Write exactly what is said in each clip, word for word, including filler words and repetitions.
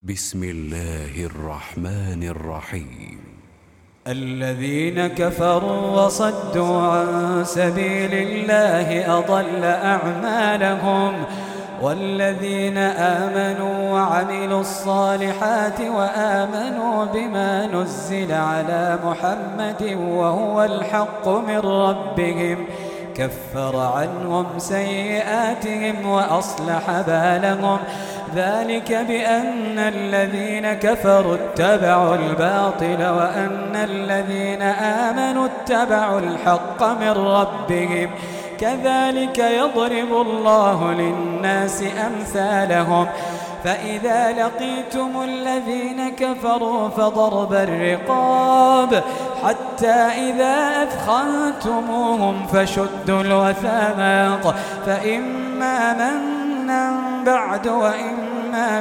بسم الله الرحمن الرحيم. الذين كفروا وصدوا عن سبيل الله أضل أعمالهم، والذين آمنوا وعملوا الصالحات وآمنوا بما نزل على محمد وهو الحق من ربهم كفر عنهم سيئاتهم وأصلح بالهم، ذلك بأن الذين كفروا اتبعوا الباطل وأن الذين آمنوا اتبعوا الحق من ربهم، كذلك يضرب الله للناس أمثالهم. فإذا لقيتم الذين كفروا فضرب الرقاب حتى إذا أثخنتموهم فشدوا الوثاق، فإما منا بعد وإما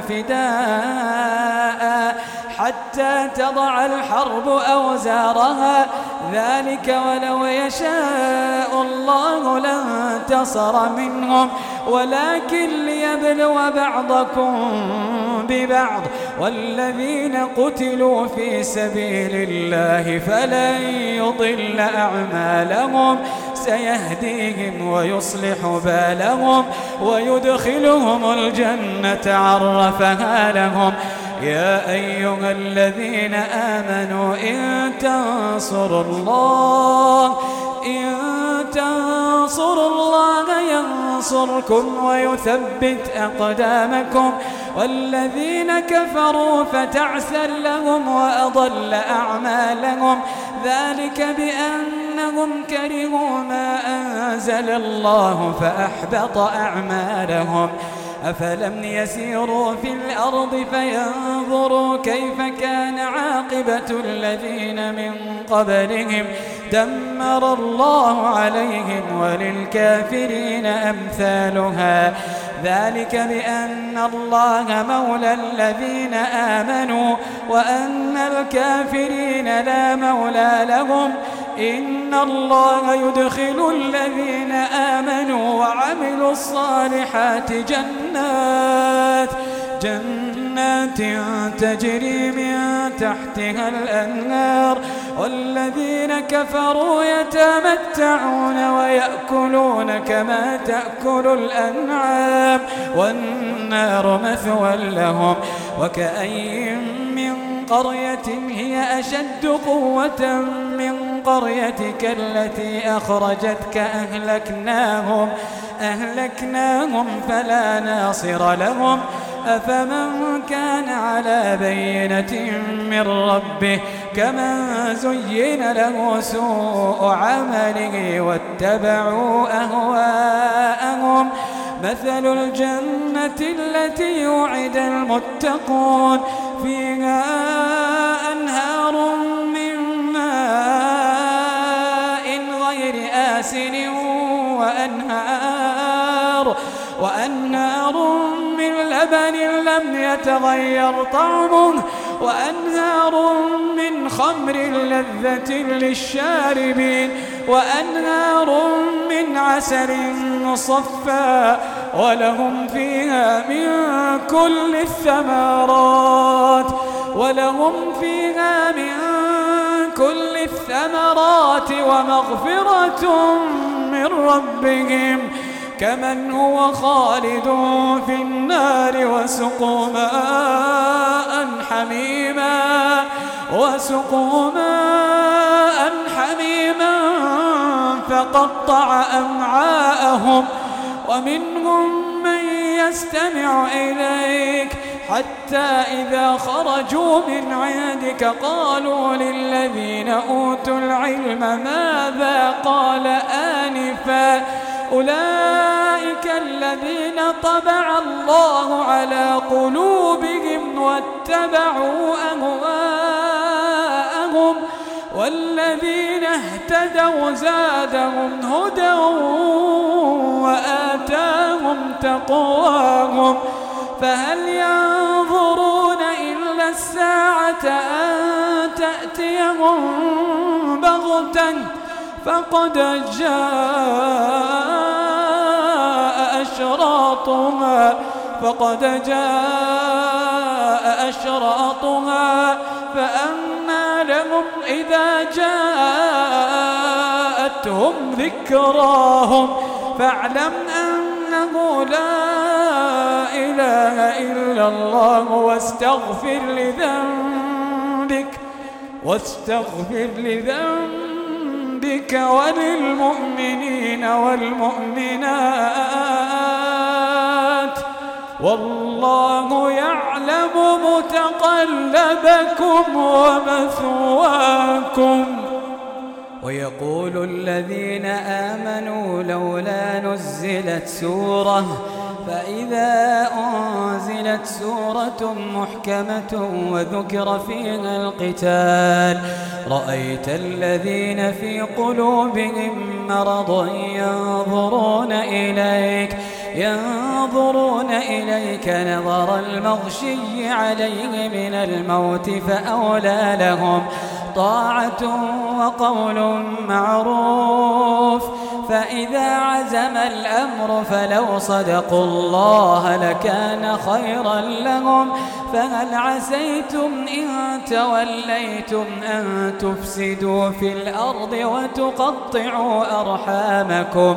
فداء حتى تضع الحرب أوزارها، ذلك ولو يشاء الله لانتصر منهم ولكن ليبلو بعضكم ببعض، والذين قتلوا في سبيل الله فلن يضل أعمالهم سيهديهم ويصلح بالهم ويدخلهم الجنة عرفها لهم. يا أيها الذين آمنوا إن تنصروا الله إن تنصروا الله ينصركم ويثبت أقدامكم، والذين كفروا فتعسا لهم وأضل أعمالهم، ذلك بأنهم كرهوا ما أنزل الله فأحبط أعمالهم. أفلم يسيروا في الأرض فينظروا كيف كان عاقبة الذين من قبلهم، دمر الله عليهم وللكافرين أمثالها، ذلك بأن الله مولى الذين آمنوا وأن الكافرين لا مولى لهم. إن الله يدخل الذين آمنوا وعملوا الصالحات جنات جنات تجري من تحتها الأنهار، والذين كفروا يتمتعون ويأكلون كما تأكل الأنعام والنار مثوى لهم. وكأين من قرية هي أشد قوة من قريتك التي أخرجتك أهلكناهم أهلكناهم فلا ناصر لهم. أفمن كان على بينة من ربه كمن زين له سوء عمله واتبعوا أهواءهم، مثل الجنة التي وعد المتقون فيها أنهار من ماء غير آسن وأنهار, وأنهار من لبن لم يتغير طعمه وأنهار من خمر لذة للشاربين وأنهار من عسل مصفى ولهم فيها من كل الثمرات ولهم فيها من كل الثمرات ومغفرة من ربهم كمن هو خالد في النار وسقوا ماء حميما وسقوا ماء حميما فقطع أمعاءهم ومنهم من يستمع إليك حتى إذا خرجوا من عندك قالوا للذين أوتوا العلم ماذا قال آنفا أولئك الذين طبع الله على قلوبهم واتبعوا أهواءهم والذين اهتدوا زادهم هدى وآتاهم تقواهم فهل ينظرون إلا الساعة أن تأتيهم بغتة فقد جاء أشراطها فقد جاء أشراطها فأنى لهم إذا جاءتهم ذكراهم فاعلم أنه لا إله إلا الله واستغفر لذنبك واستغفر لذنبك وللمؤمنين والمؤمنات والله يعلم متقلبكم ومثواكم. ويقول الذين آمنوا لولا نزلت سورة فإذا أنزلت سورة محكمة وذكر فيها القتال رأيت الذين في قلوبهم مرض ينظرون إليك ينظرون إليك نظر المغشي عليه من الموت فأولى لهم طاعة وقول معروف فإذا عزم الأمر فلو صدقوا الله لكان خيرا لهم فهل عسيتم إن توليتم أن تفسدوا في الأرض وتقطعوا أرحامكم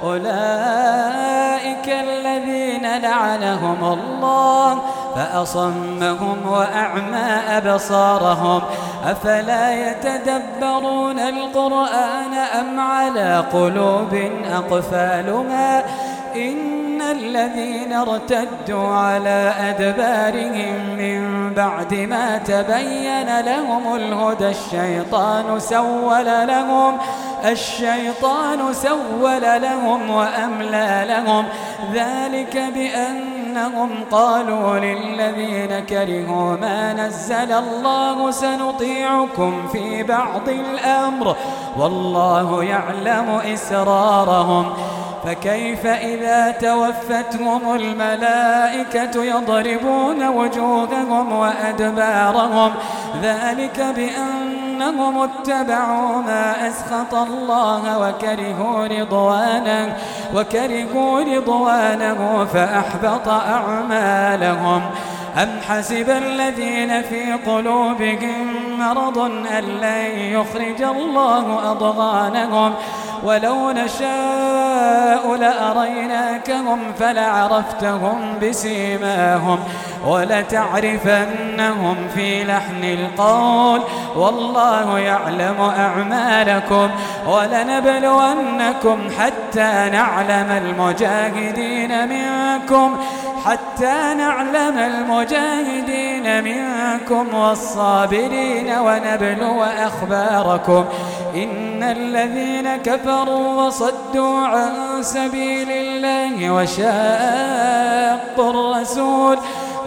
أولئك الذين لعنهم الله فأصمهم وأعمى أبصارهم أفلا يتدبرون القرآن أم على قلوب أقفالها إن الذين ارتدوا على أدبارهم من بعد ما تبين لهم الهدى الشيطان سول لهم الشيطان سول لهم وأملى لهم ذلك بأنهم قالوا للذين كرهوا ما نزل الله سنطيعكم في بعض الأمر والله يعلم إسرارهم فكيف إذا توفتهم الملائكة يضربون وجوههم وأدبارهم ذلك بأنهم اتبعوا ما أسخط الله وكرهوا رضوانه وكرهوا رضوانه فأحبط أعمالهم أم حسب الذين في قلوبهم مرض أن لن يخرج الله أضغانهم ولو نشاء لأريناكهم فلعرفتهم بسيماهم ولتعرفنهم في لحن القول والله يعلم أعمالكم ولنبلونكم حتى نعلم المجاهدين منكم حتى نعلم المجاهدين منكم والصابرين ونبلو أخباركم إن الذين كفروا وصدوا عن سبيل الله وشاقوا الرسول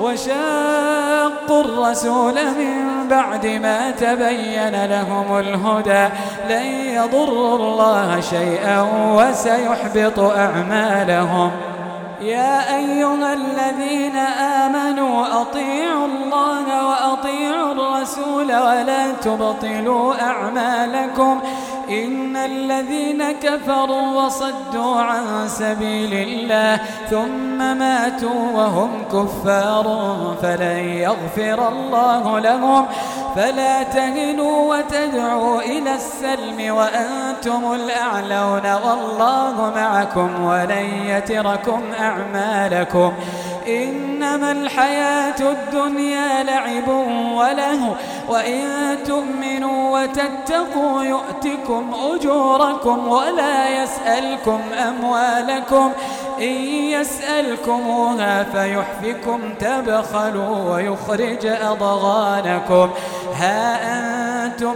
وشاقوا الرسول من بعد ما تبين لهم الهدى لن يضروا الله شيئا وسيحبط أعمالهم يا أيها الذين آمنوا أطيعوا الله وأطيعوا الرسول ولا تبطلوا أعمالكم إن الذين كفروا وصدوا عن سبيل الله ثم ماتوا وهم كفار فلن يغفر الله لهم فلا تهنوا وتدعوا إلى السلم وأنتم الأعلون والله معكم ولن يتركم أعمالكم إنما الحياة الدنيا لعب وله وإن تؤمنوا وتتقوا يؤتكم أجوركم ولا يسألكم أموالكم إن يسألكموها فيحفكم تبخلوا ويخرج أضغانكم ها أنتم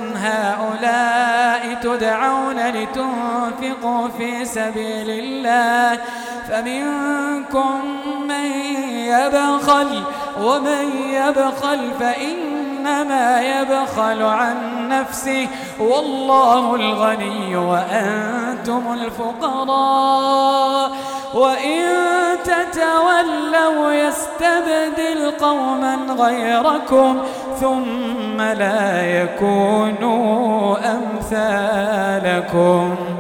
هؤلاء تدعون لتنفقوا في سبيل الله فمنكم من يبخل ومن يبخل فإنما يبخل عن نفسه والله الغني وأنتم الفقراء وإن تتولوا يستبدل قوما غيركم ثم لا يكونوا أمثالكم.